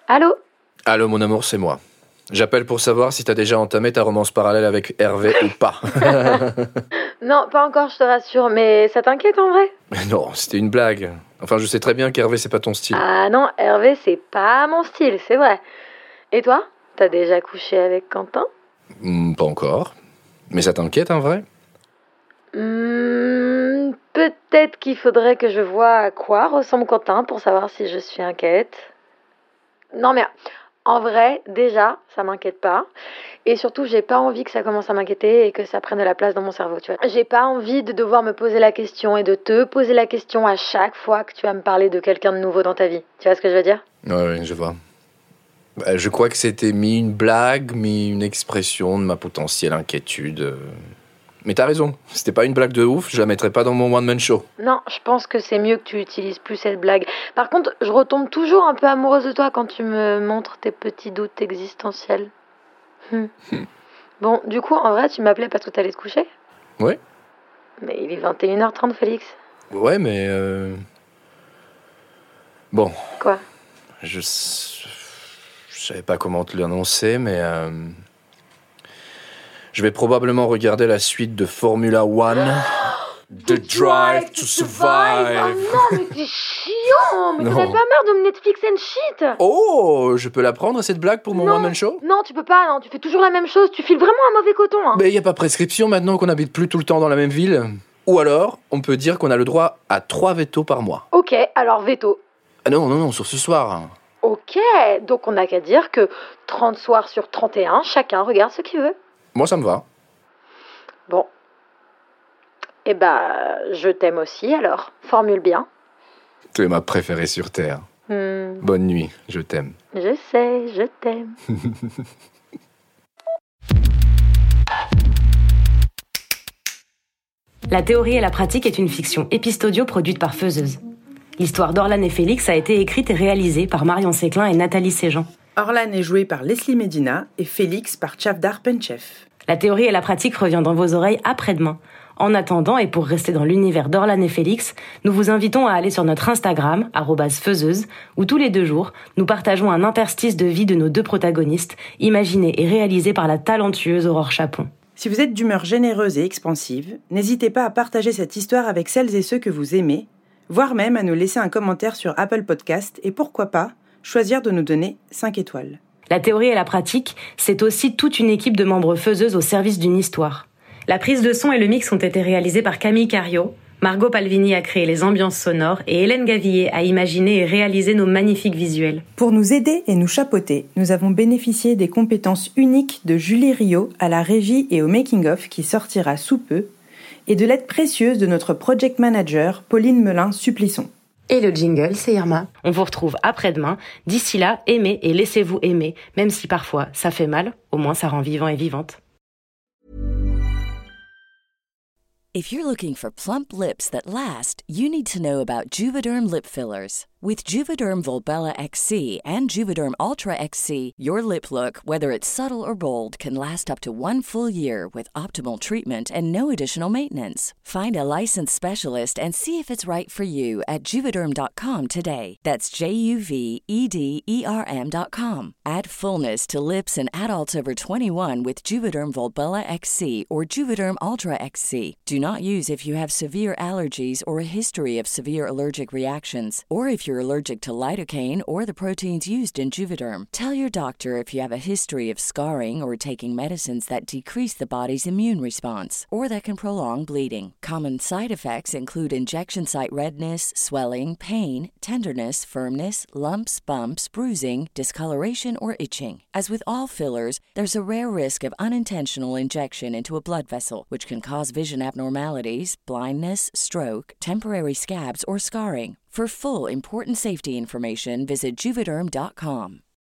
Allô ? Allô mon amour, c'est moi. J'appelle pour savoir si t'as déjà entamé ta romance parallèle avec Hervé ou pas. Non, pas encore, je te rassure, mais ça t'inquiète en vrai ? Mais non, c'était une blague. Enfin, je sais très bien qu'Hervé, c'est pas ton style. Ah non, Hervé, c'est pas mon style, c'est vrai. Et toi ? T'as déjà couché avec Quentin ? Pas encore. Mais ça t'inquiète, en vrai ? Peut-être qu'il faudrait que je voie à quoi ressemble Quentin pour savoir si je suis inquiète. Non mais en vrai, déjà, ça m'inquiète pas. Et surtout, j'ai pas envie que ça commence à m'inquiéter et que ça prenne de la place dans mon cerveau, tu vois. J'ai pas envie de devoir me poser la question et de te poser la question à chaque fois que tu vas me parler de quelqu'un de nouveau dans ta vie. Tu vois ce que je veux dire ? Ouais, je vois. Je crois que c'était une blague, une expression de ma potentielle inquiétude. Mais t'as raison, c'était pas une blague de ouf, je la mettrais pas dans mon one-man show. Non, je pense que c'est mieux que tu utilises plus cette blague. Par contre, je retombe toujours un peu amoureuse de toi quand tu me montres tes petits doutes existentiels. Bon, du coup, en vrai, tu m'appelais parce que t'allais te coucher ? Ouais. Mais il est 21h30, Félix. Ouais, mais Bon. Quoi ? Je savais pas comment te l'annoncer, mais je vais probablement regarder la suite de Formula One. The Drive to Survive. Oh non, mais t'es chiant. Mais t'aurais pas marre de me Netflix and shit ? Oh, je peux la prendre cette blague pour mon one-man show ? Non, tu peux pas, non, tu fais toujours la même chose, tu files vraiment un mauvais coton, hein. Mais y a pas prescription maintenant qu'on habite plus tout le temps dans la même ville. Ou alors, on peut dire qu'on a le droit à 3 vétos par mois. Ok, alors veto. Ah non, sur ce soir. Ok, donc on n'a qu'à dire que 30 soirs sur 31, chacun regarde ce qu'il veut. Moi, ça me va. Bon. Eh ben, je t'aime aussi, alors. Formule bien. Tu es ma préférée sur Terre. Bonne nuit, je t'aime. Je sais, je t'aime. La théorie et la pratique est une fiction épistodio produite par Faiseuse. L'histoire d'Orlan et Félix a été écrite et réalisée par Marion Séclin et Nathalie Séjean. Orlan est joué par Leslie Medina et Félix par Chavdar Penchev. La théorie et la pratique revient dans vos oreilles après-demain. En attendant, et pour rester dans l'univers d'Orlan et Félix, nous vous invitons à aller sur notre Instagram, @faiseuse, où tous les 2 jours, nous partageons un interstice de vie de nos 2 protagonistes, imaginé et réalisé par la talentueuse Aurore Chapon. Si vous êtes d'humeur généreuse et expansive, n'hésitez pas à partager cette histoire avec celles et ceux que vous aimez, voire même à nous laisser un commentaire sur Apple Podcast et pourquoi pas, choisir de nous donner 5 étoiles. La théorie et la pratique, c'est aussi toute une équipe de membres faiseuses au service d'une histoire. La prise de son et le mix ont été réalisés par Camille Cario, Margot Palvini a créé les ambiances sonores et Hélène Gavillier a imaginé et réalisé nos magnifiques visuels. Pour nous aider et nous chapeauter, nous avons bénéficié des compétences uniques de Julie Rio à la régie et au making-of qui sortira sous peu, et de l'aide précieuse de notre project manager Pauline Melin-Supplisson. Et le jingle, c'est Irma. On vous retrouve après-demain. D'ici là, aimez et laissez-vous aimer, même si parfois ça fait mal, au moins ça rend vivant et vivante. If you're looking for plump lips that last, you need to know about Juvederm lip fillers. With Juvederm Volbella XC and Juvederm Ultra XC, your lip look, whether it's subtle or bold, can last up to 1 full year with optimal treatment and no additional maintenance. Find a licensed specialist and see if it's right for you at Juvederm.com today. That's JUVEDERM.com. Add fullness to lips in adults over 21 with Juvederm Volbella XC or Juvederm Ultra XC. Do not use if you have severe allergies or a history of severe allergic reactions, or if you're allergic to lidocaine or the proteins used in Juvederm. Tell your doctor if you have a history of scarring or taking medicines that decrease the body's immune response or that can prolong bleeding. Common side effects include injection site redness, swelling, pain, tenderness, firmness, lumps, bumps, bruising, discoloration, or itching. As with all fillers, there's a rare risk of unintentional injection into a blood vessel, which can cause vision abnormalities, blindness, stroke, temporary scabs, or scarring. For full, important safety information, visit Juvederm.com.